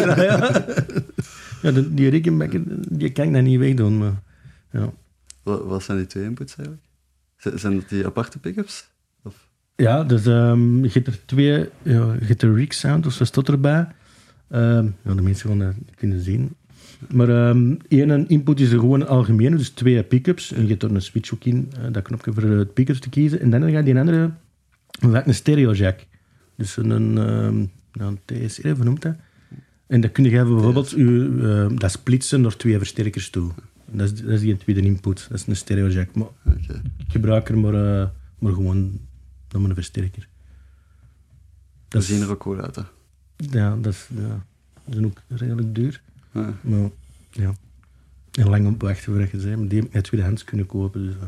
A: ja, die Rickenbacker, die kan ik dan niet wegdoen. Maar, ja.
C: Wat zijn die 2 inputs eigenlijk? Zijn dat die aparte pick-ups? Of?
A: Ja, dus je hebt er 2, je hebt de rig sound, dus dat staat erbij. Ja, de mensen gaan dat kunnen zien. Maar één input is er gewoon algemeen, dus 2 pick-ups. En je hebt er een switch ook in, dat knopje voor het pick-ups te kiezen. En dan gaat die andere, een stereo jack. Dus een TSR, hoe noemt dat? En dan kun je bijvoorbeeld dat splitsen naar 2 versterkers toe. Dat is die tweede input, dat is een stereo jack. Maar ik gebruik er maar gewoon nog een versterker.
C: Dat zien er ook cool uit, hè?
A: Ja, dat is ook redelijk duur.
C: Ja.
A: Maar ja, en lang op wachten voor je zei, maar die heb ik net tweedehands kunnen kopen. Dus,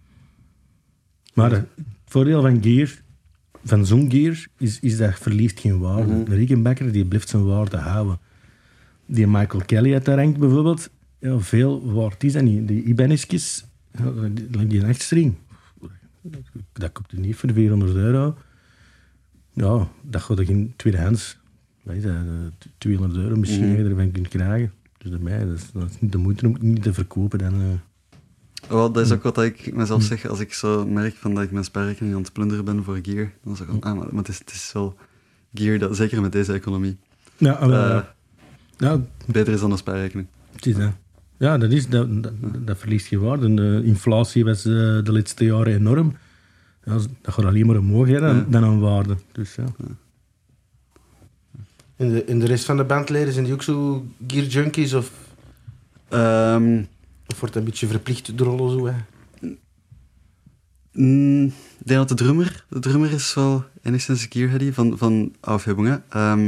A: maar het voordeel van gear, van zo'n gear, is dat verliest geen waarde. De Rickenbacker die blijft zijn waarde houden. Die Michael Kelly uit daar hangt bijvoorbeeld, ja, veel waard is dat niet. Die Ibanez's, die nachtstring, dat koopt je niet voor €400. Ja, dat gaat er geen tweedehands. Wat is dat, €200 misschien dat je ervan kunt krijgen. Dus daarbij, dat is niet de moeite om het niet te verkopen. Dan,
C: Wel, dat is ook wat ik mezelf zeg als ik zo merk van dat ik mijn spaarrekening aan het plunderen ben voor gear. Dan zeg ik van, maar het is wel gear, dat, zeker met deze economie,
A: ja,
C: beter is dan een spaarrekening.
A: het is dat. Ja, dat verliest geen waarde. De inflatie was de laatste jaren enorm. Ja, dat gaat alleen maar omhoog dan aan waarde. Dus, ja.
B: En de rest van de bandleden, zijn die ook zo gear junkies? Of wordt het een beetje verplicht door rollen zo? Hè?
C: Ik denk dat de drummer is wel enigszins gearheady van Aufhebung.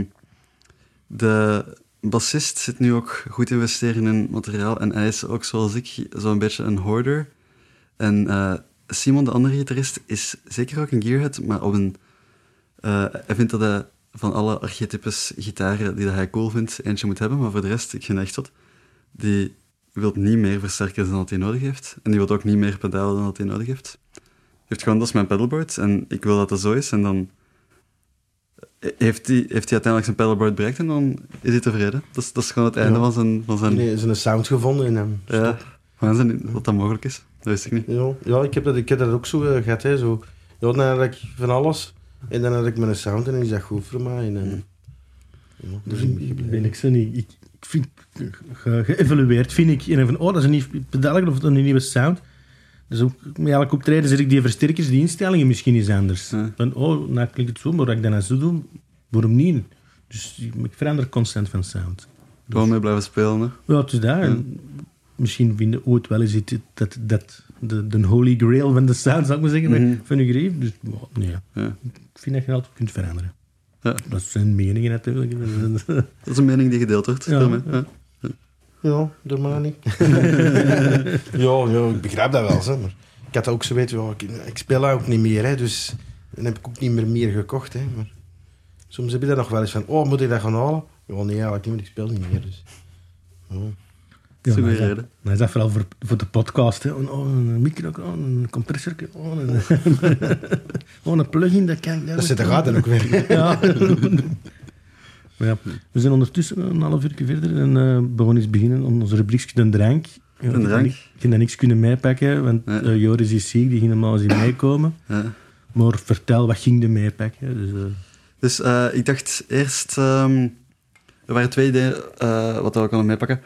C: De bassist zit nu ook goed investeren in materiaal en hij is ook zoals ik zo'n beetje een hoarder. En Simon, de andere gitarist, is zeker ook een gearhead, maar hij vindt dat hij van alle archetypes gitaren die hij cool vindt, eentje moet hebben, maar voor de rest, ik vind echt dat die wil niet meer versterkers dan dat hij nodig heeft. En die wil ook niet meer pedalen dan dat hij nodig heeft. Hij heeft gewoon, dat is mijn pedalboard en ik wil dat dat zo is. En dan heeft hij uiteindelijk zijn pedalboard bereikt en dan is hij tevreden. Dat is gewoon het einde van zijn...
B: Nee, zijn sound gevonden in hem.
C: Ja, wat dat mogelijk is. Dat wist ik niet.
B: Ja, ik heb dat ook zo gehad. Hè, zo. Ja, dan had ik van alles. En dan had ik mijn sound en is dat goed voor mij. En,
A: dus ben ik zo niet... Ik vind, geëvalueerd vind ik. En van, dat is een nieuw pedal of een nieuwe sound. Dus ook, met elk optreden zet ik die versterkers, die instellingen misschien eens anders.
C: Ja.
A: Van, nou klinkt het zo, maar dat ik dat nou zo doe, waarom niet? Dus ik verander constant van sound.
C: Gewoon mee blijven spelen, hè?
A: Ja, het is daar. Ja. Misschien vinden ooit wel eens dat de holy grail van de sound, zou ik maar zeggen, van uw grief. Dus nee, ik vind dat je altijd kunt veranderen.
C: Ja.
A: Dat zijn meningen natuurlijk.
C: Dat is een mening die gedeeld wordt.
A: Ja.
B: Ja, door mij niet. ja, ik begrijp dat wel. Hè, maar ik had ook zo weten, ik speel ook niet meer. Hè, dus dan heb ik ook niet meer gekocht. Hè, maar soms heb je dat nog wel eens van, moet ik dat gaan halen? Ja, nee, eigenlijk niet, want ik speel niet meer. Dus.
A: Ja, maar is dat vooral voor de podcast. Hè? Een micro, een compressor, een plugin. Dat
B: zit er dan ook weer.
A: Ja. Maar ja, we zijn ondertussen een half uur verder en begonnen eens beginnen aan onze rubriekje De Drank.
C: De Drank?
A: Ik heb daar niks kunnen meepakken, want Joris is ziek, die ging normaal eens in meekomen.
C: Ja.
A: Maar vertel, wat ging je meepakken?
C: Dus ik dacht eerst... er waren 2 ideeën wat we konden meepakken.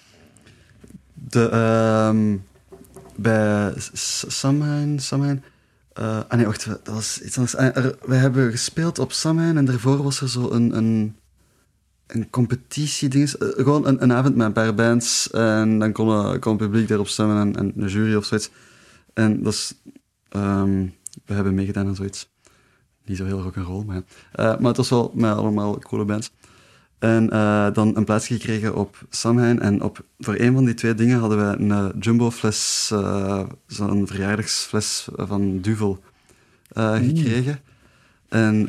C: Bij Samhain... nee, wacht, dat was iets anders. We hebben gespeeld op Samhain en daarvoor was er zo een competitie-ding. Gewoon een avond met een paar bands en dan kon het publiek daarop stemmen en een jury of zoiets. En dat is... we hebben meegedaan aan zoiets. Niet zo heel rock'n'roll, maar het was wel met allemaal coole bands. En dan een plaatsje gekregen op Samhain. En voor een van die 2 dingen hadden we een jumbo-fles, zo'n verjaardagsfles van Duvel gekregen. En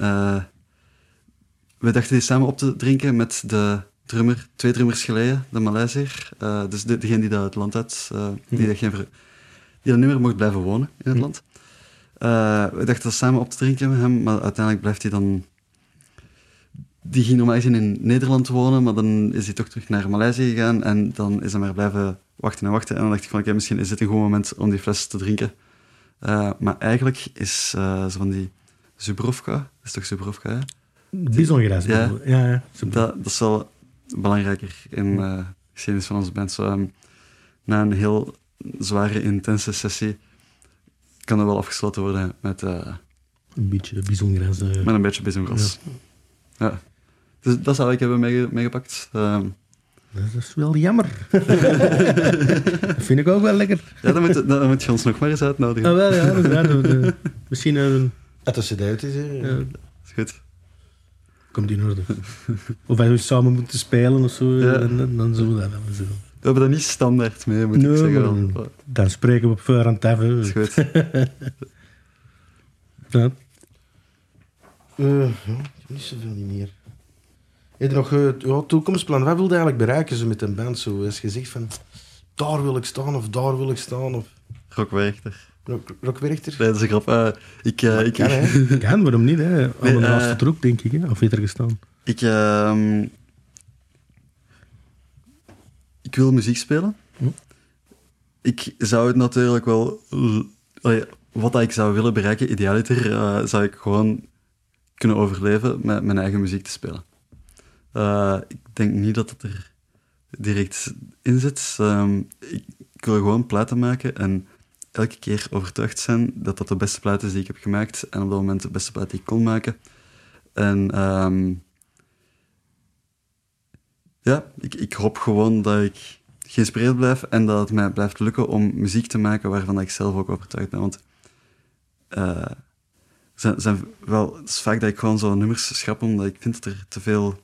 C: we dachten die samen op te drinken met de drummer, 2 drummers geleden, de Maleisiër. Dus degene die dat het land had, die dat niet meer mocht blijven wonen in het land. We dachten dat samen op te drinken met hem, maar uiteindelijk blijft hij dan... Die ging normaal gezien in Nederland wonen, maar dan is hij toch terug naar Maleisië gegaan en dan is hij maar blijven wachten. En dan dacht ik van, oké, misschien is dit een goed moment om die fles te drinken. Maar eigenlijk is zo van die Zubrovka, dat is toch Zubrovka, hè?
A: Bizongras. Ja.
C: Dat is wel belangrijker in de geschiedenis van onze band. Zo, na een heel zware, intense sessie kan dat wel afgesloten worden met...
A: een beetje Bizongras.
C: Met een beetje Bizongras. Ja. Dus dat zou ik hebben meegepakt.
A: Dat is wel jammer. Dat vind ik ook wel lekker.
C: Ja, dan moet je ons nog maar eens uitnodigen.
A: Wel, ja, inderdaad. Misschien een...
B: Het is het uit, hè.
C: Dat is goed.
A: Komt in orde. Of wij samen moeten spelen of zo,
C: Ja.
A: dan zullen we dat wel zo.
C: We hebben dat niet standaard mee, moet ik zeggen.
A: Dan spreken we op voorhand af.
C: Dat is goed.
A: Ja.
B: Niet zoveel niet meer. Heb je nog toekomstplan? Wat wilde je eigenlijk bereiken zo met een band? Zo, als je zegt van, daar wil ik staan of daar wil ik staan. Of...
C: Rockwerchter.
B: Rockwerchter?
C: Nee, dat is een grap.
B: Kan, hè?
A: Kan, waarom niet? Hè? Alle naast het ook, denk ik. Hè? Of heeft er gestaan?
C: Ik wil muziek spelen. Ik zou het natuurlijk wel... wat ik zou willen bereiken, idealiter, zou ik gewoon kunnen overleven met mijn eigen muziek te spelen. Ik denk niet dat het er direct in zit. Ik wil gewoon platen maken en elke keer overtuigd zijn dat dat de beste plaat is die ik heb gemaakt en op dat moment de beste plaat die ik kon maken. En ik hoop gewoon dat ik geïnspireerd blijf en dat het mij blijft lukken om muziek te maken waarvan ik zelf ook overtuigd ben. Want het is vaak dat ik gewoon zo nummers schrap, omdat ik vind dat er te veel...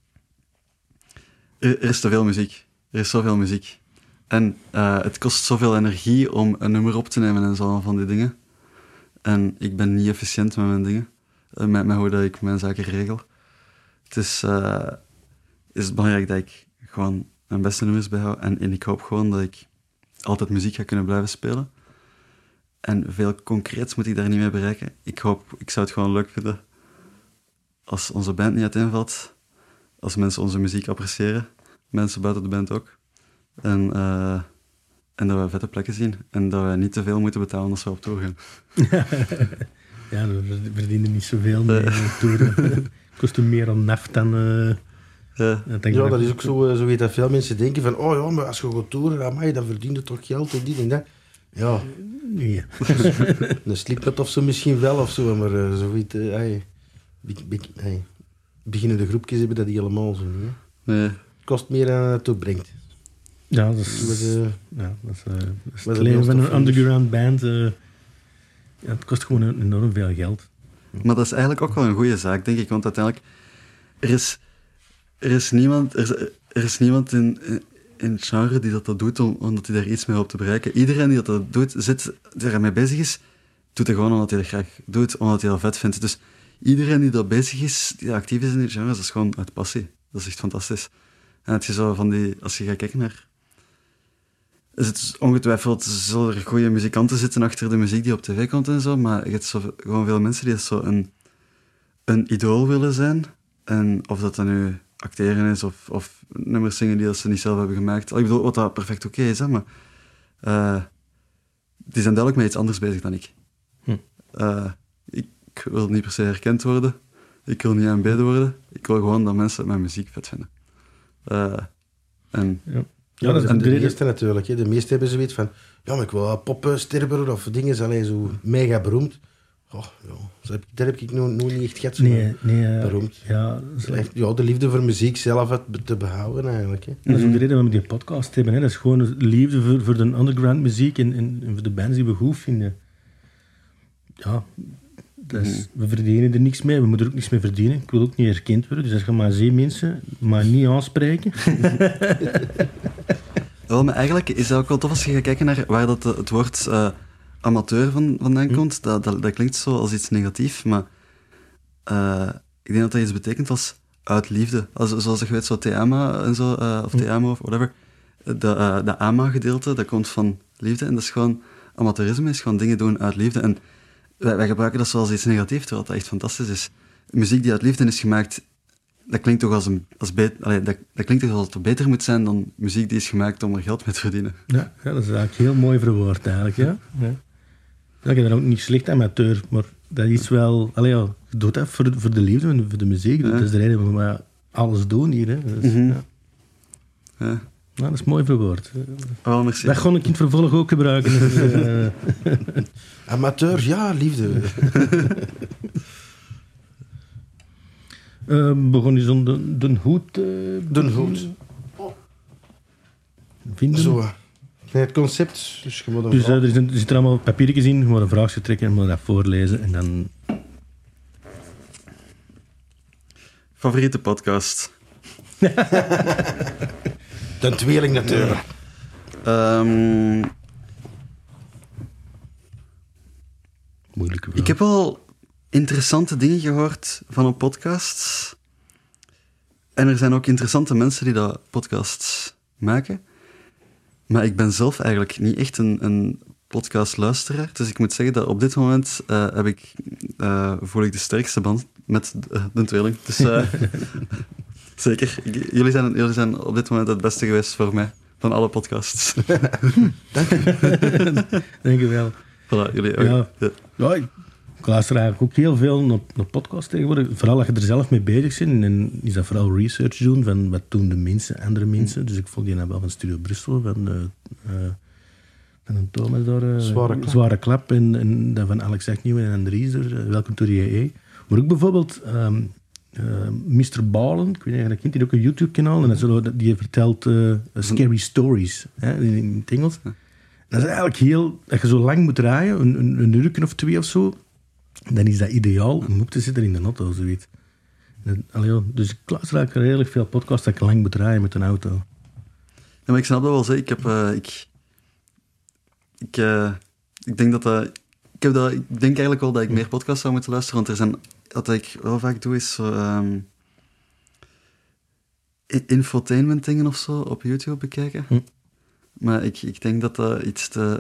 C: Er is te veel muziek. Er is zoveel muziek. En het kost zoveel energie om een nummer op te nemen en zo van die dingen. En ik ben niet efficiënt met mijn dingen. Met hoe dat ik mijn zaken regel. Het is belangrijk dat ik gewoon mijn beste nummers bijhoud. En ik hoop gewoon dat ik altijd muziek ga kunnen blijven spelen. En veel concreets moet ik daar niet mee bereiken. Ik zou het gewoon leuk vinden als onze band niet uiteenvalt. Als mensen onze muziek appreciëren. Mensen buiten de band ook. En dat we vette plekken zien. En dat we niet te veel moeten betalen als we op tour gaan.
A: Ja, we verdienen niet zoveel mee toeren. Het kost meer dan neft dan...
B: dat is ook zo weet dat veel mensen denken van oh ja, maar als je gaat toeren, amai, dan verdien je toch geld en dit en dat. Ja.
A: Nee.
B: Een slipknot of zo misschien wel, of zo, maar zoiets... beginnende groepjes hebben dat niet helemaal zo. Niet,
C: nee.
B: Het kost meer dan het opbrengt.
A: Ja, dat is het leven van een underground band. Het kost gewoon enorm veel geld.
C: Maar dat is eigenlijk ook wel een goede zaak, denk ik. Want uiteindelijk, er is niemand in het genre die dat doet omdat hij daar iets mee hoopt te bereiken. Iedereen die dat doet, die ermee bezig is, doet het gewoon omdat hij dat graag doet, omdat hij dat vet vindt. Dus iedereen die dat bezig is, die actief is in dit genre, dat is gewoon uit passie. Dat is echt fantastisch. En het je zo als je gaat kijken naar... Is het ongetwijfeld, zullen er goede muzikanten zitten achter de muziek die op tv komt en zo, maar je hebt gewoon veel mensen die zo een idool willen zijn. En of dat dan nu acteren is of nummers zingen die ze niet zelf hebben gemaakt. Ik bedoel, wat dat perfect oké is, hè, maar die zijn duidelijk met iets anders bezig dan ik. Ik wil niet per se herkend worden. Ik wil niet aanbeden worden. Ik wil gewoon dat mensen mijn muziek vet vinden.
B: Ja, dat is de eerste natuurlijk. Hè. De meesten hebben zoiets van... Ja, maar ik wil popster worden of dingen. Is alleen zo mega beroemd. Oh, ja, daar heb ik nog niet echt gehad.
A: Nee,
B: beroemd.
A: Ja,
B: echt, de liefde voor muziek zelf te behouden eigenlijk. Hè.
A: Dat is ook de reden waarom we die podcast hebben. Hè. Dat is gewoon de liefde voor de underground muziek en voor de bands die we goed vinden. Ja, we verdienen er niks mee, we moeten er ook niks mee verdienen. Ik wil ook niet erkend worden, dus als je maar zie mensen, maar niet aanspreken.
C: Wel, maar eigenlijk is het ook wel tof als je gaat kijken naar waar dat het woord amateur vandaan komt. Dat klinkt zo als iets negatiefs, maar ik denk dat dat iets betekent als uit liefde. Zoals je weet, zo te ama en zo, of te amo of whatever. De ama-gedeelte, dat komt van liefde. En dat is gewoon, amateurisme is gewoon dingen doen uit liefde. En wij gebruiken dat zoals iets negatiefs, terwijl dat echt fantastisch is. Muziek die uit liefde is gemaakt, dat klinkt toch dat klinkt toch als het beter moet zijn dan muziek die is gemaakt om er geld mee te verdienen.
A: Ja, dat is eigenlijk heel mooi verwoord eigenlijk, ja. Dat is dan ook niet slecht amateur, maar dat is wel... je doet dat voor de liefde en voor de muziek. Dat is de reden waarom we alles doen hier. Hè. Dus, ja, dat is mooi verwoord.
C: Oh, merci.
A: Dat kon ik in het vervolg ook gebruiken.
B: Amateur, ja, liefde.
A: Begon eens om de hoed...
B: De hoed.
A: Vinden.
B: Zo. Nee, het concept. Dus je moet een
A: Dus
B: vraag-
A: er zitten allemaal papiertjes in, je moet een vraagje trekken en je moet dat voorlezen. En dan...
C: Favoriete podcast?
B: De tweeling natuurlijk.
A: Moeilijke vraag.
C: Ik heb al interessante dingen gehoord van een podcast. En er zijn ook interessante mensen die dat podcasts maken. Maar ik ben zelf eigenlijk niet echt een podcastluisteraar. Dus ik moet zeggen dat op dit moment voel ik de sterkste band met de tweeling. Dus zeker. Jullie zijn op dit moment het beste geweest voor mij van alle podcasts.
A: Denk je wel.
C: Voilà, jullie.
A: Ja.
C: Ja.
A: Ja, ik luister eigenlijk ook heel veel naar podcasts tegenwoordig. Vooral als je er zelf mee bezig bent. En is dat vooral research doen van wat doen de mensen, andere mensen. Dus ik volg die nou wel van Studio Brussel, van een Thomas daar. Zware klap. En dat van Alex Agnew en Andries er. Welkom to the EE. Maar ook bijvoorbeeld Mr. Balen, ik weet niet of je dat kent, die heeft ook een YouTube-kanaal. En die vertelt scary stories in het Engels. Dat is eigenlijk heel... Dat je zo lang moet draaien, een uur of 2 of zo, dan is dat ideaal om op te zitten in de auto, zoiets. Dus ik luister eigenlijk redelijk veel podcasts dat ik lang moet draaien met een auto.
C: Ja, maar ik snap dat wel, zeg. Ik denk eigenlijk wel dat ik meer podcasts zou moeten luisteren, want wat ik wel vaak doe, is zo infotainment dingen of zo op YouTube bekijken. Maar ik denk dat dat iets te...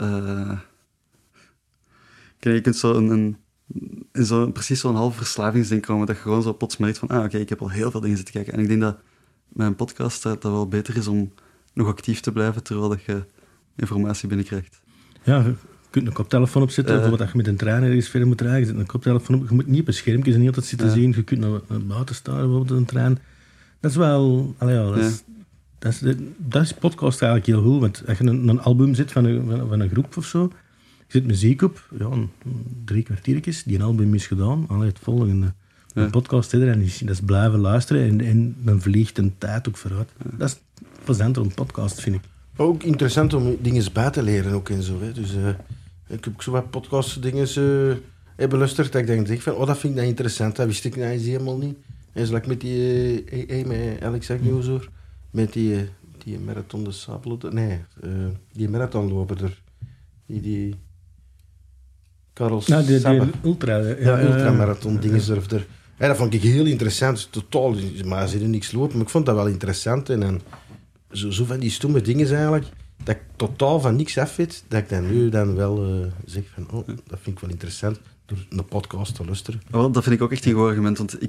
C: je kunt zo precies zo'n half verslavingsding komen, dat je gewoon zo plots merkt van, oké, ik heb al heel veel dingen zitten kijken. En ik denk dat met een podcast dat wel beter is om nog actief te blijven, terwijl dat je informatie binnenkrijgt.
A: Ja, je kunt een koptelefoon opzetten, bijvoorbeeld als je met een trein ergens verder moet rijden, je zet een koptelefoon op, je moet niet op een schermpje en niet altijd zitten zien, je kunt naar buiten staan, bijvoorbeeld een trein. Dat is wel... Dat is podcast eigenlijk heel goed, want als je een album zet van een groep of zo, je zet muziek op, 3 kwartiertjes, die een album is gedaan, het volgende. Een podcast er en dat is blijven luisteren en dan vliegt een tijd ook vooruit. Dat is plezant om een podcast, vind ik.
B: Maar ook interessant om dingen bij te leren ook en zo. Hè. Dus ik heb ook zo wat podcast dingen beluisterd dat ik denk van, dat vind ik nou interessant, dat wist ik nou eens helemaal niet. En zo met die met Alex Agnew zo, met die marathon de Sabelo, die marathonloper er, die Karel
A: die
B: Sabbe.
A: ultra.
B: Ultramarathon dingen er. Ja, dat vond ik heel interessant. Totaal, maar ze er niks lopen, maar ik vond dat wel interessant. En dan zo van die stomme dingen eigenlijk, dat ik totaal van niks af weet, dat ik dan nu wel zeg van, dat vind ik wel interessant, door een podcast te luisteren.
C: Wel, dat vind ik ook echt een goed argument, want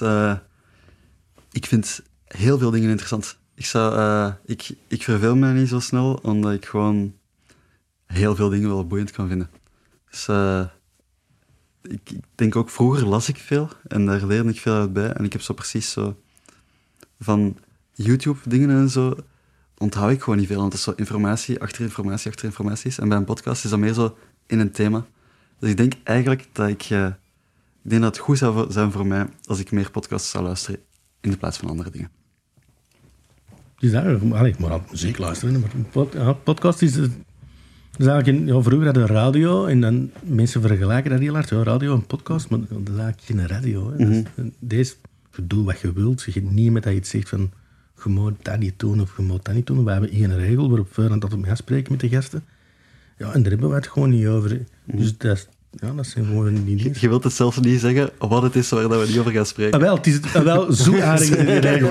C: ik vind heel veel dingen interessant. Ik verveel mij niet zo snel, omdat ik gewoon heel veel dingen wel boeiend kan vinden. Dus ik denk ook, vroeger las ik veel en daar leerde ik veel uit bij. En ik heb zo precies zo van YouTube-dingen en zo, onthoud ik gewoon niet veel. Want het is zo informatie achter informatie achter informatie is. En bij een podcast is dat meer zo in een thema. Dus ik denk eigenlijk dat ik denk dat het goed zou zijn voor mij als ik meer podcasts zou luisteren in de plaats van andere dingen.
A: Dus ik moet al muziek luisteren, maar een podcast is... Dus eigenlijk vroeger hadden we radio en dan mensen vergelijken dat heel hard. Ja, radio en podcast, maar dat is eigenlijk geen radio. Hè.
C: Mhm.
A: Deze, je doet wat je wilt. Je hebt niet met dat je iets zegt van je moet dat niet doen of je moet dat niet doen. We hebben één regel waarop we dat we mee afspreken met de gasten. Ja, en daar hebben we het gewoon niet over. Hè. Dus dat zijn gewoon die dingen.
C: Je wilt het zelfs niet zeggen wat het is waar we niet over gaan spreken.
A: Wel, het is wel zo aardig in die regel.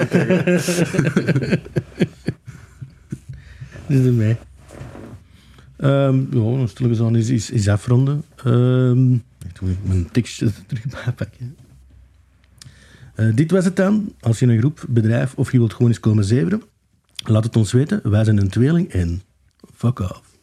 A: Dat is ermee. Dan stel ik eens is afronden. Ik moet mijn tekstje terug bijpakken. Dit was het dan. Als je een groep, bedrijf of je wilt gewoon eens komen zeveren, laat het ons weten. Wij zijn een tweeling en fuck off.